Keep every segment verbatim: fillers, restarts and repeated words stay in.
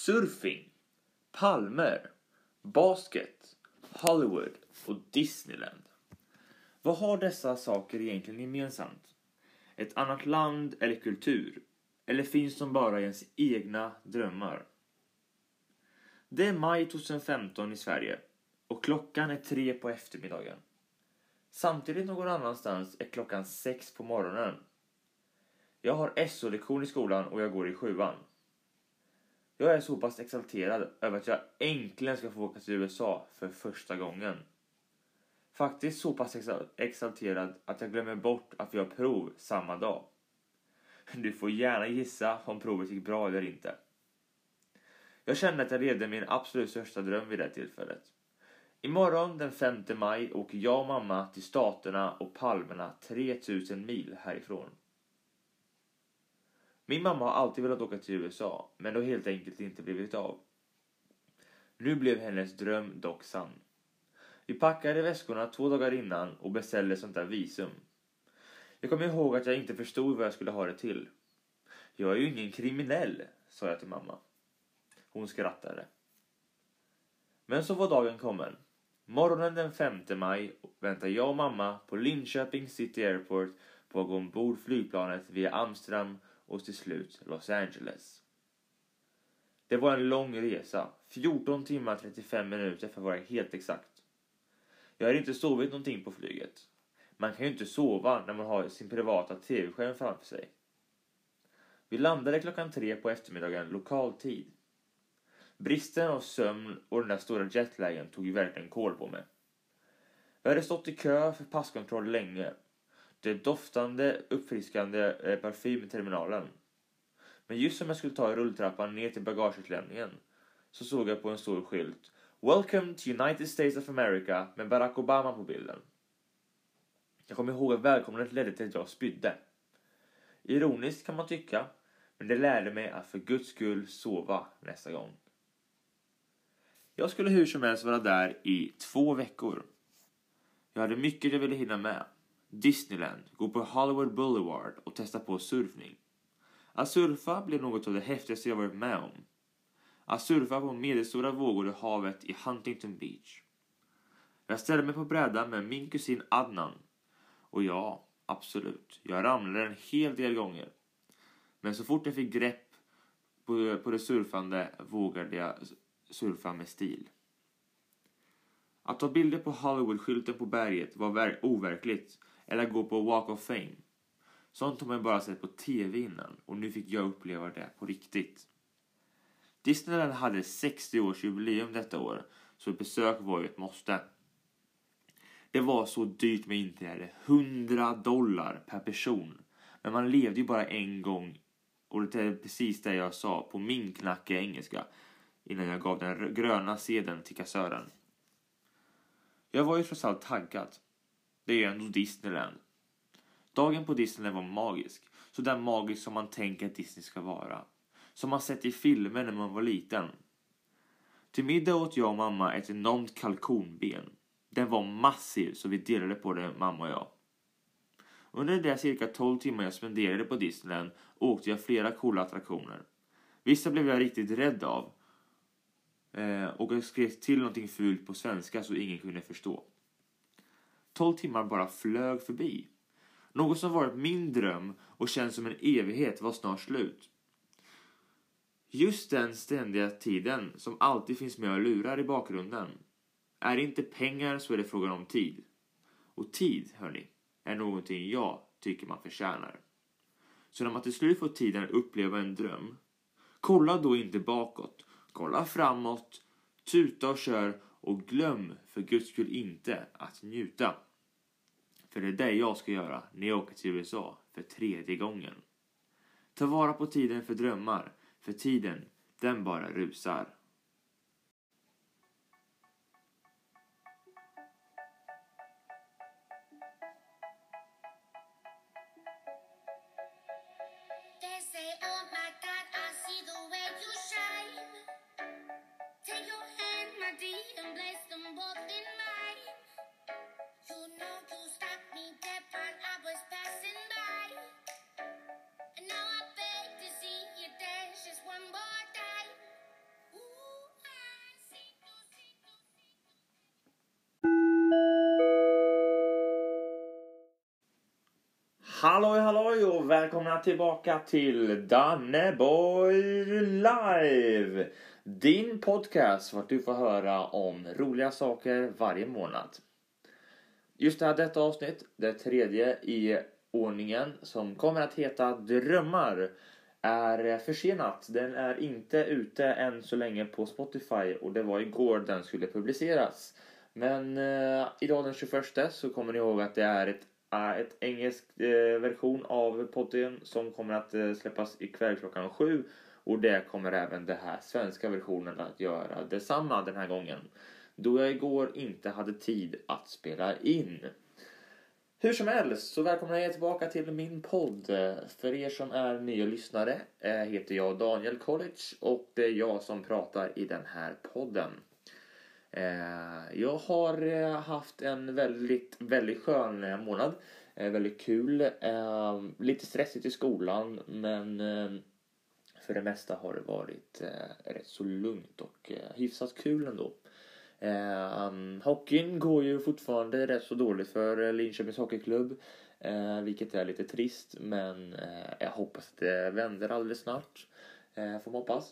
surfing, palmer, basket, Hollywood och Disneyland. Vad har dessa saker egentligen gemensamt? Ett annat land eller kultur? Eller finns de bara i ens egna drömmar? Det är maj tjugohundrafemton i Sverige och klockan är tre på eftermiddagen. Samtidigt någon annanstans är klockan sex på morgonen. Jag har S O-lektion i skolan och jag går i sjuan. Jag är så pass exalterad över att jag äntligen ska få åka till U S A för första gången. Faktiskt så pass exalterad att jag glömmer bort att vi har prov samma dag. Du får gärna gissa om provet gick bra eller inte. Jag kände att jag levde min absolut största dröm vid det tillfället. Imorgon den femte maj åker jag och mamma till staterna och Palmerna tre tusen mil härifrån. Min mamma har alltid velat åka till U S A, men det har helt enkelt inte blivit av. Nu blev hennes dröm dock sann. Vi packade väskorna två dagar innan och beställde sånt där visum. Jag kommer ihåg att jag inte förstod vad jag skulle ha det till. Jag är ju ingen kriminell, sa jag till mamma. Hon skrattade. Men så var dagen kommen. Morgonen den femte maj väntar jag och mamma på Linköping City Airport på att gå ombord flygplanet via Amsterdam och till slut Los Angeles. Det var en lång resa, fjorton timmar trettiofem minuter för att vara helt exakt. Jag hade inte sovit någonting på flyget. Man kan ju inte sova när man har sin privata tv-skärm framför sig. Vi landade klockan tre på eftermiddagen lokal tid. Bristen av sömn och den där stora jetlagen tog ju verkligen kål på mig. Vi hade stått i kö för passkontroll länge. Det doftande, uppfriskande eh, parfym i terminalen. Men just som jag skulle ta rulltrappan ner till bagageutlämningen så såg jag på en stor skylt: Welcome to United States of America med Barack Obama på bilden. Jag kommer ihåg att välkomnandet ledde till att jag spydde. Ironiskt kan man tycka, men det lärde mig att för Guds skull sova nästa gång. Jag skulle hur som helst vara där i två veckor. Jag hade mycket jag ville hinna med. Disneyland, gå på Hollywood Boulevard och testa på surfning. Att surfa blev något av det häftigaste jag varit med om. Att surfa på medelstora vågor i havet i Huntington Beach. Jag ställde mig på brädan med min kusin Adnan. Och ja, absolut, jag ramlade en hel del gånger. Men så fort jag fick grepp på, på det surfande vågade jag surfa med stil. Att ta bilder på Hollywood-skylten på berget var ver- overkligt. Eller gå på Walk of Fame. Sånt har man bara sett på tv innan. Och nu fick jag uppleva det på riktigt. Disneyland hade sextio-årsjubileum detta år. Så ett besök var ju ett måste. Det var så dyrt med inträde. hundra dollar per person. Men man levde ju bara en gång. Och det är precis det jag sa på min knackiga engelska. Innan jag gav den gröna sedeln till kassören. Jag var ju trots allt taggad. Det är ju ändå Disneyland. Dagen på Disneyland var magisk. Så där magisk som man tänker att Disney ska vara. Som man sett i filmer när man var liten. Till middag åt jag och mamma ett enormt kalkonben. Den var massiv så vi delade på det, mamma och jag. Under de cirka tolv timmar jag spenderade på Disneyland åkte jag flera coola attraktioner. Vissa blev jag riktigt rädd av. Eh, och jag skrev till någonting fult på svenska så ingen kunde förstå. tolv timmar bara flög förbi. Något som varit min dröm och känns som en evighet var snart slut. Just den ständiga tiden som alltid finns med och lurar i bakgrunden. Är det inte pengar så är det frågan om tid. Och tid, hörni, är någonting jag tycker man förtjänar. Så när man till slut får tiden att uppleva en dröm, kolla då inte bakåt. Kolla framåt, tuta och kör och glöm för Guds skull inte att njuta. För det är det jag ska göra när jag åker till U S A för tredje gången. Ta vara på tiden för drömmar, för tiden, den bara rusar. Halloj halloj och välkomna tillbaka till Danneboy Live. Din podcast vart du får höra om roliga saker varje månad. Just det här detta avsnitt, det tredje i ordningen som kommer att heta Drömmar, är försenat. Den är inte ute än så länge på Spotify och det var igår den skulle publiceras. Men eh, idag den tjugoförsta så kommer ni ihåg att det är ett ett engelsk eh, version av podden som kommer att eh, släppas ikväll klockan sju, och det kommer även den här svenska versionen att göra detsamma den här gången, då jag igår inte hade tid att spela in. Hur som helst så välkomna er tillbaka till min podd. För er som är nya lyssnare eh, heter jag Daniel College och det är jag som pratar i den här podden. Jag har haft en väldigt, väldigt skön månad. Väldigt kul. Lite stressigt i skolan, men för det mesta har det varit rätt så lugnt och hyfsat kul ändå. Hockeyn går ju fortfarande rätt så dåligt för Linköpings hockeyklubb, vilket är lite trist, men jag hoppas att det vänder alldeles snart. Får man hoppas.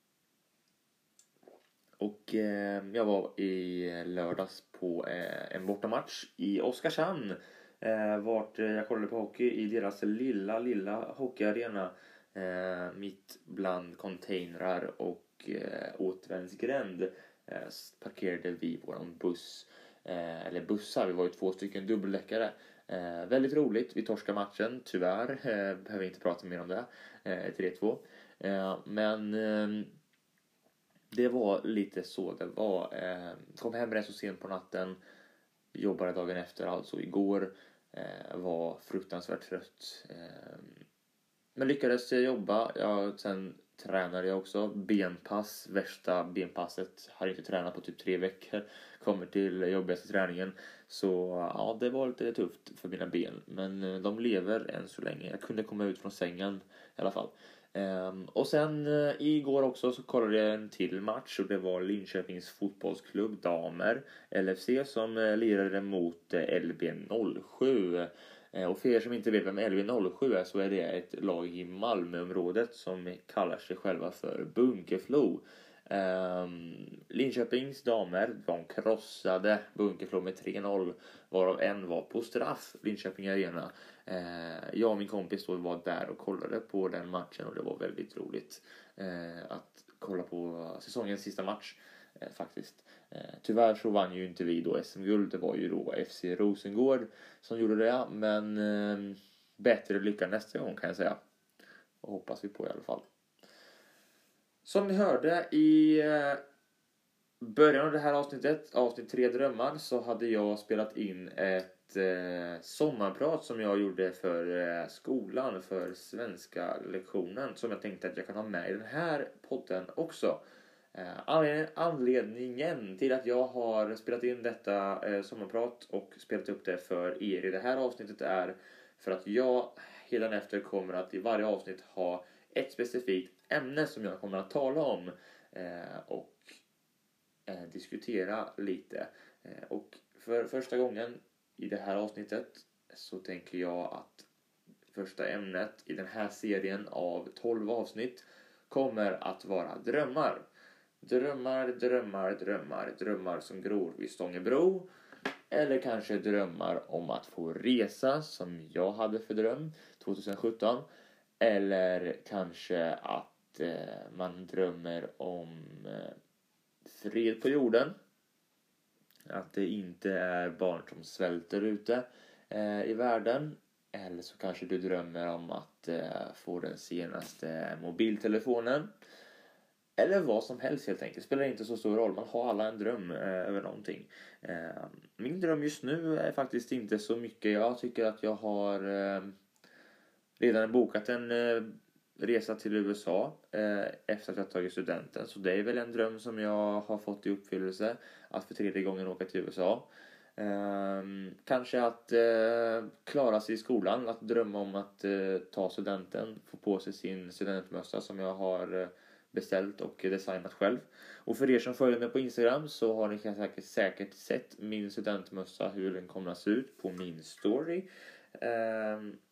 Och eh, jag var i lördags på eh, en bortamatch i Oskarshamn. Eh, vart jag kollade på hockey i deras lilla, lilla hockeyarena. Eh, mitt bland containrar och eh, återvändsgränd eh, parkerade vi våran buss. Eh, eller bussar, vi var ju två stycken dubbeldäckare. Eh, väldigt roligt, vi torskade matchen, tyvärr. Eh, behöver inte prata mer om det. Eh, tre två. Eh, men... Eh, Det var lite så det var. Eh, kom hem rätt så sent på natten. Jobbade dagen efter, alltså igår. Eh, var fruktansvärt trött. Eh, men lyckades jobba. Jag, sen tränade jag också. Benpass. Värsta benpasset. Har inte tränat på typ tre veckor. Kommer till jobbigaste träningen. Så ja, det var lite tufft för mina ben. Men de lever än så länge. Jag kunde komma ut från sängen i alla fall. Um, och sen uh, igår också så kollade jag en till match, och det var Linköpings fotbollsklubb damer L F C som uh, lirade mot uh, L B noll sju. Uh, och för er som inte vet vem L B noll sju är, så är det ett lag i Malmöområdet som kallar sig själva för Bunkeflo. Um, Linköpings damer, de krossade Bunkeflo med tre noll, varav en var på straff, Linköping Arena. uh, Jag och min kompis då var där och kollade på den matchen, och det var väldigt roligt uh, att kolla på säsongens sista match uh, faktiskt. uh, Tyvärr så vann ju inte vi då S M-guld, det var ju då F C Rosengård som gjorde det, men uh, bättre lycka nästa gång kan jag säga, och hoppas vi på i alla fall. Som ni hörde i början av det här avsnittet, avsnitt tre drömmar, så hade jag spelat in ett eh, sommarprat som jag gjorde för eh, skolan, för svenska lektionen, som jag tänkte att jag kan ha med i den här podden också. Eh, anledningen till att jag har spelat in detta eh, sommarprat och spelat upp det för er i det här avsnittet är för att jag hädanefter kommer att i varje avsnitt ha ett specifikt ämne som jag kommer att tala om eh, och eh, diskutera lite. Eh, och för första gången i det här avsnittet så tänker jag att första ämnet i den här serien av tolv avsnitt kommer att vara drömmar. Drömmar, drömmar, drömmar, drömmar som gror vid Stångebro. Eller kanske drömmar om att få resa som jag hade för dröm tjugohundrasjutton. Eller kanske att eh, man drömmer om eh, fred på jorden. Att det inte är barn som svälter ute eh, i världen. Eller så kanske du drömmer om att eh, få den senaste mobiltelefonen. Eller vad som helst helt enkelt. Spelar inte så stor roll. Man har alla en dröm eh, över någonting. Eh, min dröm just nu är faktiskt inte så mycket. Jag tycker att jag har eh, redan bokat en eh, resa till U S A eh, efter att jag tagit studenten. Så det är väl en dröm som jag har fått i uppfyllelse. Att för tredje gången åka till U S A. Eh, kanske att eh, klara sig i skolan. Att drömma om att eh, ta studenten. Få på sig sin studentmössa som jag har eh, beställt och designat själv. Och för er som följer mig på Instagram så har ni säkert, säkert sett min studentmössa, hur den kommer att se ut på min story. Um,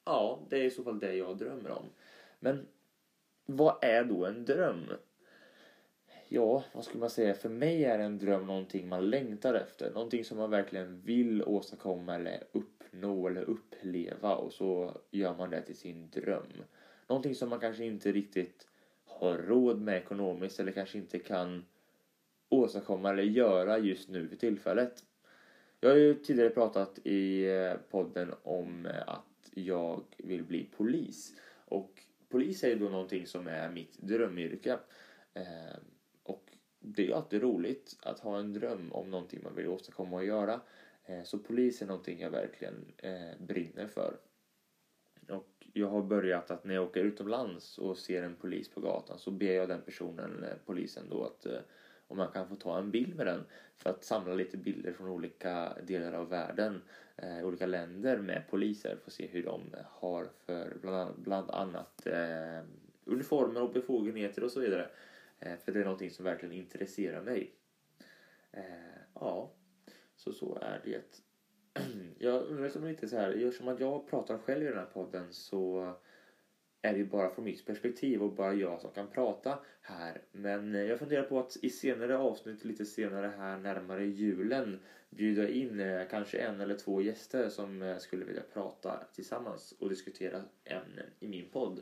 ja, det är i så fall det jag drömmer om. Men vad är då en dröm? Ja, vad skulle man säga? För mig är en dröm någonting man längtar efter. Någonting som man verkligen vill åstadkomma eller uppnå eller uppleva. Och så gör man det till sin dröm. Någonting som man kanske inte riktigt har råd med ekonomiskt eller kanske inte kan åstadkomma eller göra just nu för tillfället. Jag har ju tidigare pratat i podden om att jag vill bli polis. Och polis är ju då någonting som är mitt drömyrke. Eh, och det är alltid roligt att ha en dröm om någonting man vill åstadkomma och göra. Eh, så polis är någonting jag verkligen eh, brinner för. Och jag har börjat att när jag åker utomlands och ser en polis på gatan så ber jag den personen, eh, polisen då, att eh, om man kan få ta en bild med den för att samla lite bilder från olika delar av världen, eh, olika länder med poliser för att se hur de har för bland annat, bland annat eh, uniformer och befogenheter och så vidare. Eh, för det är någonting som verkligen intresserar mig. Eh, ja, så så är det. Jag undrar som lite så här, gör som att jag pratar själv i den här podden så är det ju bara från mitt perspektiv och bara jag som kan prata här. Men jag funderar på att i senare avsnitt, lite senare här närmare julen, bjuda in kanske en eller två gäster som skulle vilja prata tillsammans och diskutera ämnen i min podd.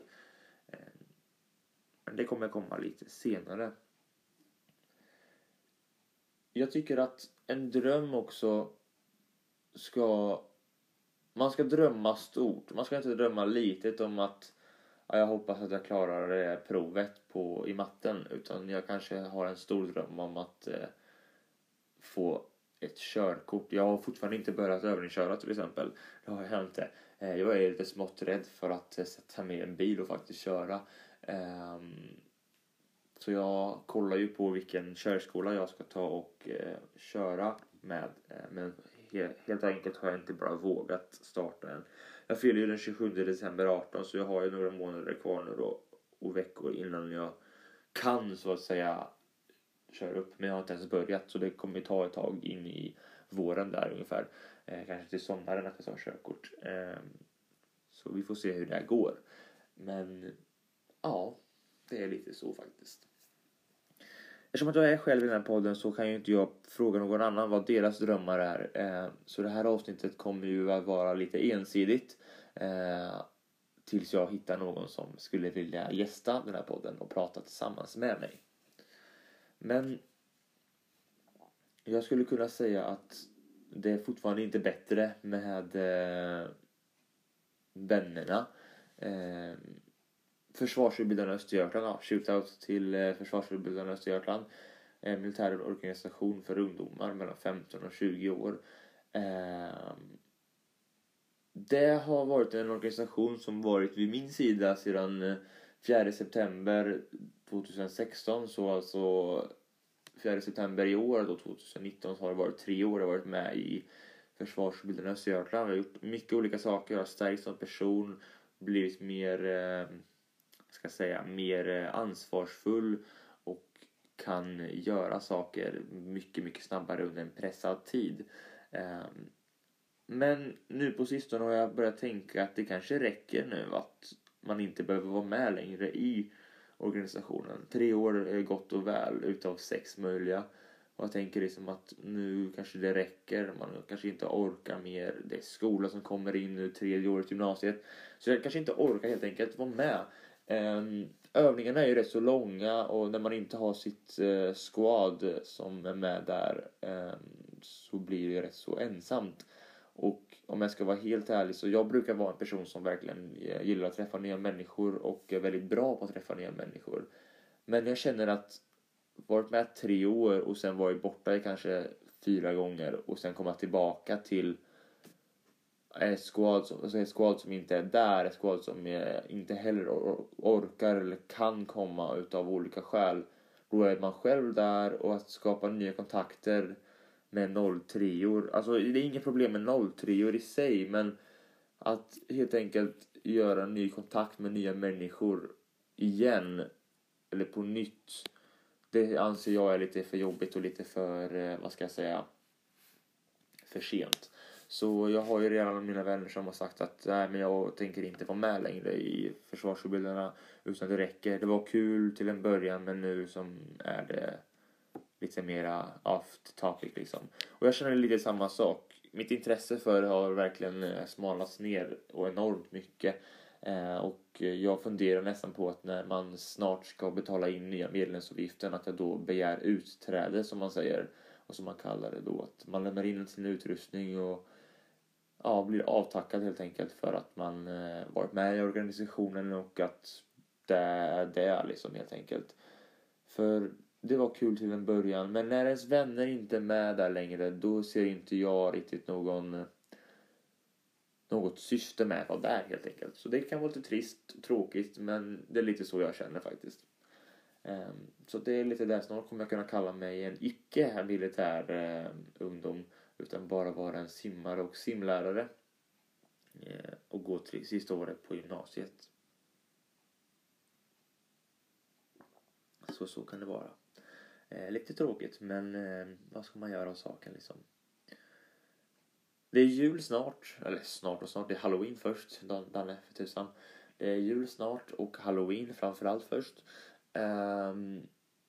Men det kommer komma lite senare. Jag tycker att en dröm också ska... Man ska drömma stort. Man ska inte drömma litet om att ja, jag hoppas att jag klarar det provet på, i matten. Utan jag kanske har en stor dröm om att eh, få ett körkort. Jag har fortfarande inte börjat övningsköra till exempel. Det har jag inte. Eh, jag är lite smått rädd för att eh, sätta mig i en bil och faktiskt köra. Eh, så jag kollar ju på vilken körskola jag ska ta och eh, köra med. Eh, men he- helt enkelt har jag inte bara vågat starta än. Jag fyller ju den tjugosjunde december arton så jag har ju några månader kvar nu då, och veckor innan jag kan så att säga köra upp. Men jag har inte ens börjat så det kommer ju ta ett tag in i våren där ungefär. Eh, kanske till sommaren att jag tar körkort. Eh, så vi får se hur det här går. Men ja, det är lite så faktiskt. Eftersom att jag är själv i den här podden så kan ju inte jag fråga någon annan vad deras drömmar är. Eh, så det här avsnittet kommer ju att vara lite ensidigt. Eh, tills jag hittar någon som skulle vilja gästa den här podden och prata tillsammans med mig. Men jag skulle kunna säga att det är fortfarande inte bättre med eh, vännerna. Eh, Försvarsutbildarna Östergötland, ja, shootout till eh, Försvarsutbildarna Östergötland. En militär organisation för ungdomar mellan femton och tjugo år. Eh, det har varit en organisation som varit vid min sida sedan fjärde september tjugohundrasexton. Så alltså fjärde september i år då tjugonitton så har det varit tre år. Jag har varit med i Försvarsutbildarna Östergötland. Jag har gjort mycket olika saker. Jag har stärkt som person, blivit mer... Eh, ska säga, mer ansvarsfull och kan göra saker mycket, mycket snabbare under en pressad tid. Men nu på sistone har jag börjat tänka att det kanske räcker nu att man inte behöver vara med längre i organisationen. Tre år är gott och väl utav sex möjliga. Och jag tänker liksom att nu kanske det räcker. Man kanske inte orkar mer. Det är skola som kommer in nu, tredje året gymnasiet. Så jag kanske inte orkar helt enkelt vara med. Um, övningarna är ju rätt så långa och när man inte har sitt uh, squad som är med där um, så blir det rätt så ensamt. Och om jag ska vara helt ärlig så jag brukar vara en person som verkligen gillar att träffa nya människor och är väldigt bra på att träffa nya människor. Men jag känner att varit med tre år och sen varit borta i kanske fyra gånger och sen komma tillbaka till ett squad som, alltså ett squad som inte är där, ett squad som inte heller orkar eller kan komma utav olika skäl. Då är man själv där och att skapa nya kontakter med noll treor. Alltså det är inget problem med noll treor i sig, men att helt enkelt göra ny kontakt med nya människor igen eller på nytt, det anser jag är lite för jobbigt och lite för, vad ska jag säga, för sent. Så jag har ju redan mina vänner som har sagt att nej, men jag tänker inte vara med längre i försvarsutbildarna, utan det räcker. Det var kul till en början, men nu som är det lite mera off topic liksom. Och jag känner lite samma sak. Mitt intresse för det har verkligen smalats ner och enormt mycket. Eh, och jag funderar nästan på att när man snart ska betala in nya medlemsavgiften, att jag då begär utträde som man säger. Och som man kallar det då. Att man lämnar in sin utrustning och ja, blir avtackad helt enkelt för att man eh, varit med i organisationen och att det är det liksom helt enkelt. För det var kul till en början, men när ens vänner inte är med där längre, då ser inte jag riktigt någon något syfte med vad det är helt enkelt. Så det kan vara lite trist och tråkigt, men det är lite så jag känner faktiskt. Um, så det är lite där, snart kommer jag kunna kalla mig en icke-militär uh, ungdom, utan bara vara en simmare och simlärare uh, och gå till sista året på gymnasiet. Så så kan det vara. Uh, lite tråkigt, men uh, vad ska man göra av saken liksom? Det är jul snart, eller snart och snart, det är Halloween först, Danne för tusan. Det är jul snart och Halloween framförallt först. Um,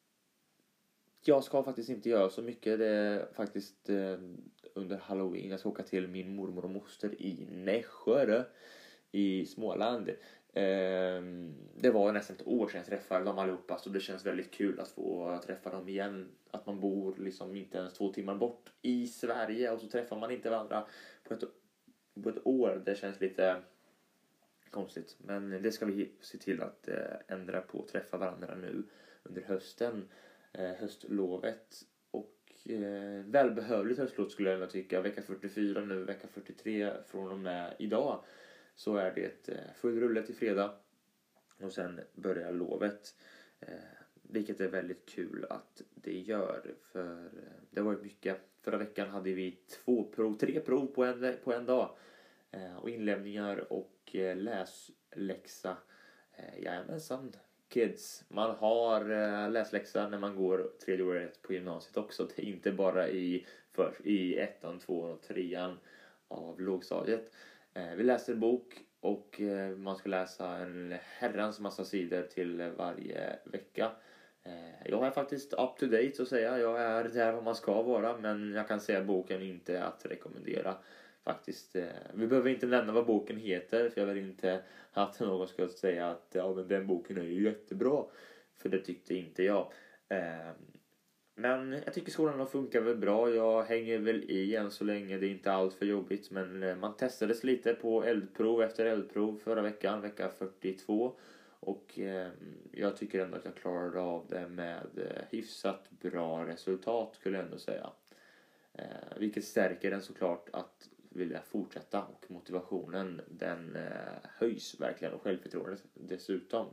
jag ska faktiskt inte göra så mycket. Det är faktiskt um, under Halloween jag ska åka till min mormor och moster i Nässjö i Småland. Um, det var nästan ett år sedan jag träffade dem allihopa, så det känns väldigt kul att få träffa dem igen. Att man bor liksom inte ens två timmar bort i Sverige och så träffar man inte varandra på ett, på ett år. Det känns lite konstigt, men det ska vi se till att eh, ändra på och träffa varandra nu under hösten, eh, höstlovet. Och eh, välbehövligt höstlov skulle jag tycka. Vecka fyrtiofyra nu, vecka fyrtiotre från och med idag, så är det eh, full rulle till fredag och sen börjar lovet. Eh, vilket är väldigt kul att det gör, för eh, det var ju mycket. Förra veckan hade vi två prov, tre prov på en, på en dag. Eh, och inlämningar och eh, läsläxa. Eh, jajamensan, kids. Man har eh, läsläxa när man går tredje året på gymnasiet också. Det är inte bara i, för, i ettan, tvåan och trean av lågstadiet. Eh, vi läser bok och eh, man ska läsa en herrans massa sidor till varje vecka. Eh, jag är faktiskt up to date så att säga. Jag är där vad man ska vara, men jag kan säga att boken inte är att rekommendera. Faktiskt, eh, vi behöver inte nämna vad boken heter, för jag vill inte att någon ska säga att ja, men den boken är ju jättebra, för det tyckte inte jag. Eh, men jag tycker skolan har funkat väl bra. Jag hänger väl i än så länge, det är inte allt för jobbigt, men eh, man testades lite på eldprov efter eldprov förra veckan, vecka fyrtiotvå, och eh, jag tycker ändå att jag klarade av det med eh, hyfsat bra resultat skulle jag ändå säga. Eh, vilket stärker den såklart att vilja fortsätta, och motivationen den eh, höjs verkligen, och självförtroendet dessutom.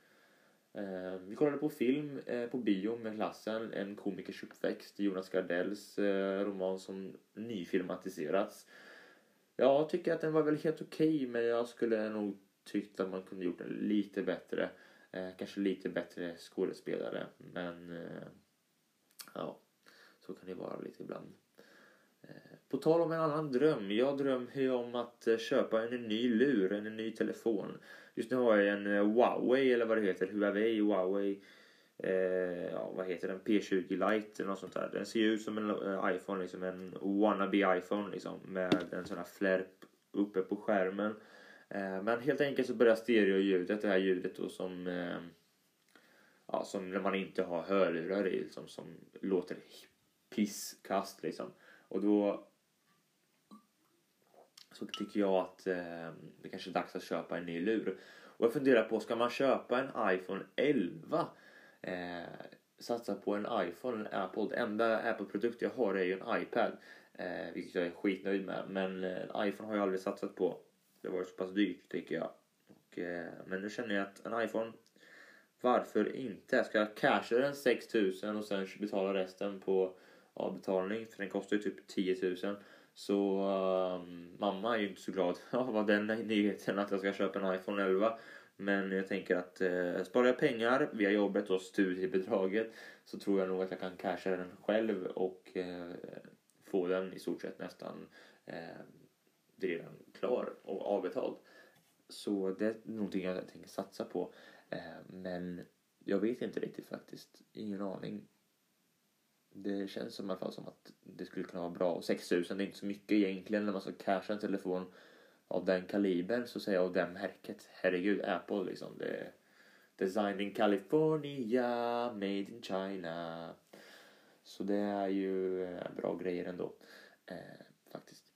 Eh, vi kollade på film eh, på bio med klassen, En komikers uppväxt, Jonas Gardells eh, roman som nyfilmatiserats. Jag tycker att den var väl helt okej, okay, men jag skulle nog tyckt att man kunde gjort den lite bättre, eh, kanske lite bättre skådespelare, men eh, ja, så kan det vara lite ibland. På tal om en annan dröm. Jag drömmer ju om att köpa en ny lur, en ny telefon. Just nu har jag en Huawei, eller vad det heter. Huawei, Huawei. Eh, ja, vad heter den? P tjugo Lite eller något sånt där. Den ser ut som en uh, iPhone, liksom en wannabe iPhone liksom. Med en sån här flärp uppe på skärmen. Eh, men helt enkelt så börjar stereo-ljudet, det här ljudet då som... Eh, ja, som när man inte har hörlurar i, liksom, som låter pisskast liksom. Och då så tycker jag att eh, det kanske är dags att köpa en ny lur. Och jag funderar på, ska man köpa en iPhone elva? Eh, satsa på en iPhone, en Apple. Det enda Apple-produkt jag har är ju en iPad. Eh, vilket jag är skitnöjd med. Men en iPhone har jag aldrig satsat på. Det var så pass dyrt tycker jag. Och, eh, men nu känner jag att en iPhone, varför inte? Jag ska casha den sex tusen och sen betala resten på avbetalning, för den kostar ju typ tio tusen. Så um, mamma är ju inte så glad av den nyheten att jag ska köpa en iPhone elva. Men jag tänker att eh, sparar jag pengar via jobbet och studiebidraget, så tror jag nog att jag kan casha den själv och eh, få den i stort sett nästan eh, redan klar och avbetald. Så det är någonting jag tänker satsa på. Eh, men jag vet inte riktigt faktiskt. Ingen aning. Det känns som i alla fall som att det skulle kunna vara bra. Och sex tusen det är inte så mycket egentligen när man ska casha en telefon av den kalibern, så säger jag, av den märket. Herregud, Apple liksom. Det är designed in California, made in China. Så det är ju bra grejer ändå. Eh, faktiskt.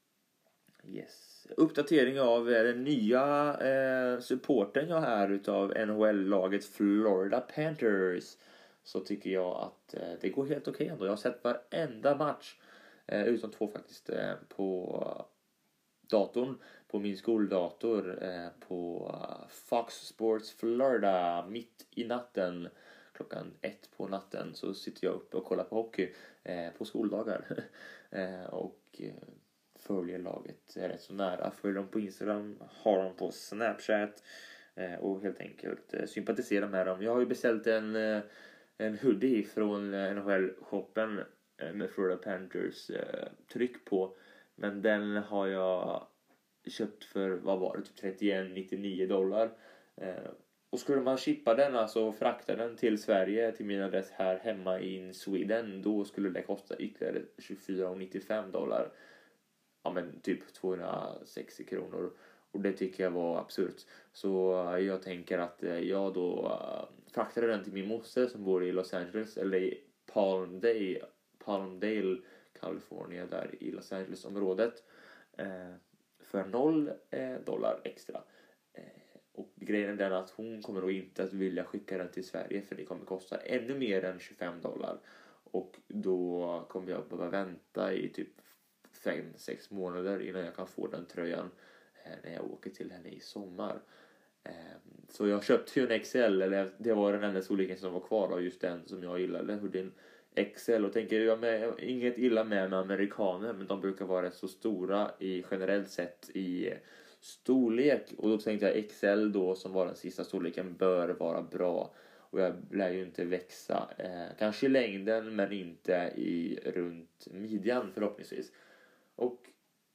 Yes. Uppdatering av den nya eh, supporten jag har utav N H L-laget Florida Panthers. Så tycker jag att eh, det går helt okej ändå. Jag har sett varenda match. Eh, utom två faktiskt. Eh, på datorn. På min skoldator. Eh, på Fox Sports Florida. Mitt i natten. Klockan ett på natten så sitter jag uppe och kollar på hockey. Eh, på skoldagar. eh, och... Eh, följer laget rätt så nära. Följer dem på Instagram, har dem på Snapchat eh, och helt enkelt eh, sympatisera med dem. Jag har ju beställt en, eh, en hoodie från eh, N H L-shoppen eh, med Florida Panthers eh, tryck på. Men den har jag köpt för, vad var det, typ trettioen nittionio dollar. Eh, och skulle man chippa den, alltså frakta den till Sverige, till min adress här hemma i Sweden, då skulle det kosta ytterligare tjugofyra nittiofem dollar. Ja, men typ tvåhundrasextio kronor. Och det tycker jag var absurt. Så jag tänker att jag då uh, fraktade den till min moster som bor i Los Angeles. Eller i Palmdale, Palmdale California, där i Los Angeles-området. Uh, för noll uh, dollar extra. Uh, och grejen är den att hon kommer då inte att vilja skicka den till Sverige. För det kommer kosta ännu mer än tjugofem dollar. Och då kommer jag behöva vänta i typ fem sex månader innan jag kan få den tröjan eh, när jag åker till henne i sommar. Eh, så jag köpte ju en X L, eller det var den enda storleken som var kvar av just den som jag gillade, hoodien X L. Och tänker jag med, inget illa med, med amerikaner, men de brukar vara rätt så stora i generellt sett i storlek. Och då tänkte jag X L då, som var den sista storleken, bör vara bra. Och jag lär ju inte växa eh, kanske i längden, men inte i runt midjan förhoppningsvis. Och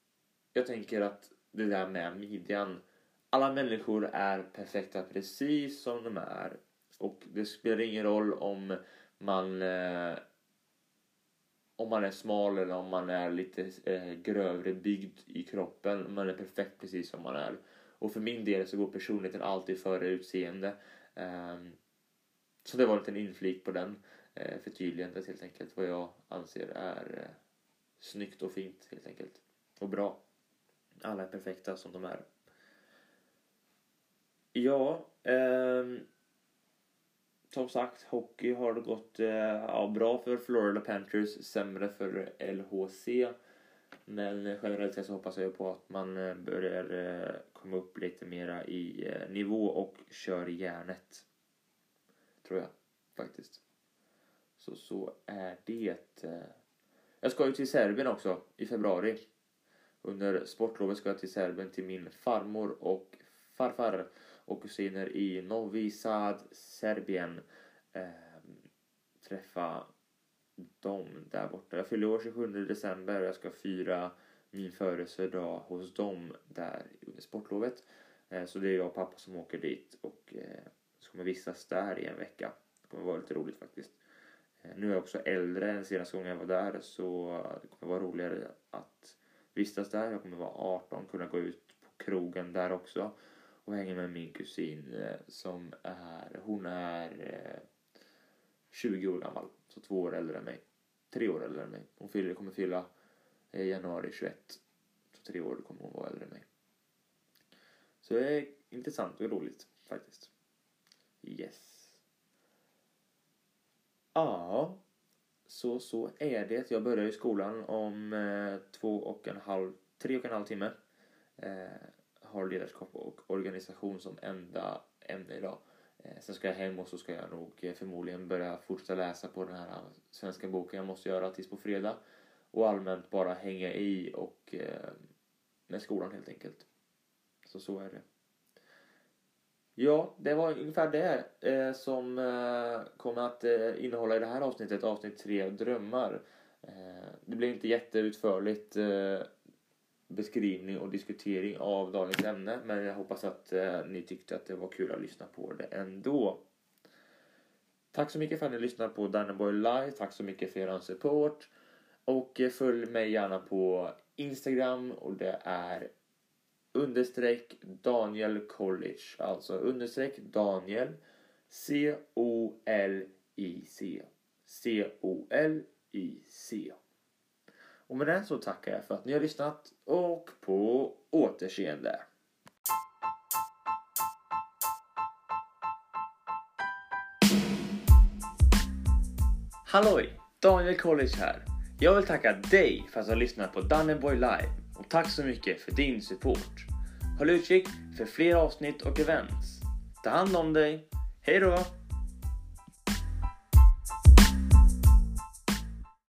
jag tänker att det där med midjan, alla människor är perfekta precis som de är. Och det spelar ingen roll om man eh, om man är smal eller om man är lite eh, grövre byggd i kroppen. Man är perfekt precis som man är. Och för min del så går personligheten alltid före utseende. Eh, så det var en liten inflik på den eh, förtydligandet helt enkelt. Vad jag anser är eh, snyggt och fint helt enkelt. Och bra. Alla är perfekta som de är. Ja, eh, som sagt, hockey har det gått eh, ja, bra för Florida Panthers, sämre för L H C. Men generellt sett så hoppas jag på att man eh, börjar eh, komma upp lite mera i eh, nivå och kör järnet. Tror jag faktiskt. Så så är det. Eh. Jag ska ju till Serbien också i februari. Under sportlovet ska jag till Serbien till min farmor och farfar och kusiner i Novi Sad, Serbien. Eh, träffa dem där borta. Jag fyller år tjugosjunde december och jag ska fira min födelsedag hos dem där under sportlovet. Eh, så det är jag och pappa som åker dit och eh, så kommer vistas där i en vecka. Det kommer vara lite roligt faktiskt. Eh, nu är jag också äldre än senaste gången jag var där, så det kommer vara roligare att vistas där. Jag kommer vara arton, kunna gå ut på krogen där också och hänga med min kusin eh, som är, hon är eh, tjugo år gammal, så två år äldre än mig, tre år äldre än mig. Hon fyller, kommer fylla i januari tjugoett, så tre år kommer hon vara äldre än mig. Så det är intressant och roligt faktiskt. Yes. Ja, så så är det. Jag börjar i skolan om eh, två och en halv, tre och en halv timme. Eh, har ledarskap och organisation som enda ämne idag. Eh, sen ska jag hem och så ska jag nog eh, förmodligen börja fortsätta läsa på den här svenska boken jag måste göra tills på fredag. Och allmänt bara hänga i och eh, med skolan helt enkelt. Så så är det. Ja, det var ungefär det eh, som eh, kommer att eh, innehålla i det här avsnittet, avsnitt tre, drömmar. Det blir inte jätteutförligt beskrivning och diskutering av dagens ämne, men jag hoppas att ni tyckte att det var kul att lyssna på det ändå. Tack så mycket för att ni lyssnar på Danneborg Live. Tack så mycket för er support. Och följ mig gärna på Instagram, och det är understreck Daniel College. Alltså understreck Daniel C O L I C. C O L I C. Och med det så tackar jag för att ni har lyssnat, och på återseende. Halloj, Daniel College här. Jag vill tacka dig för att du har lyssnat på Danneborg Live, och tack så mycket för din support. Håll utkik för fler avsnitt och events. Ta hand om dig. Hej då!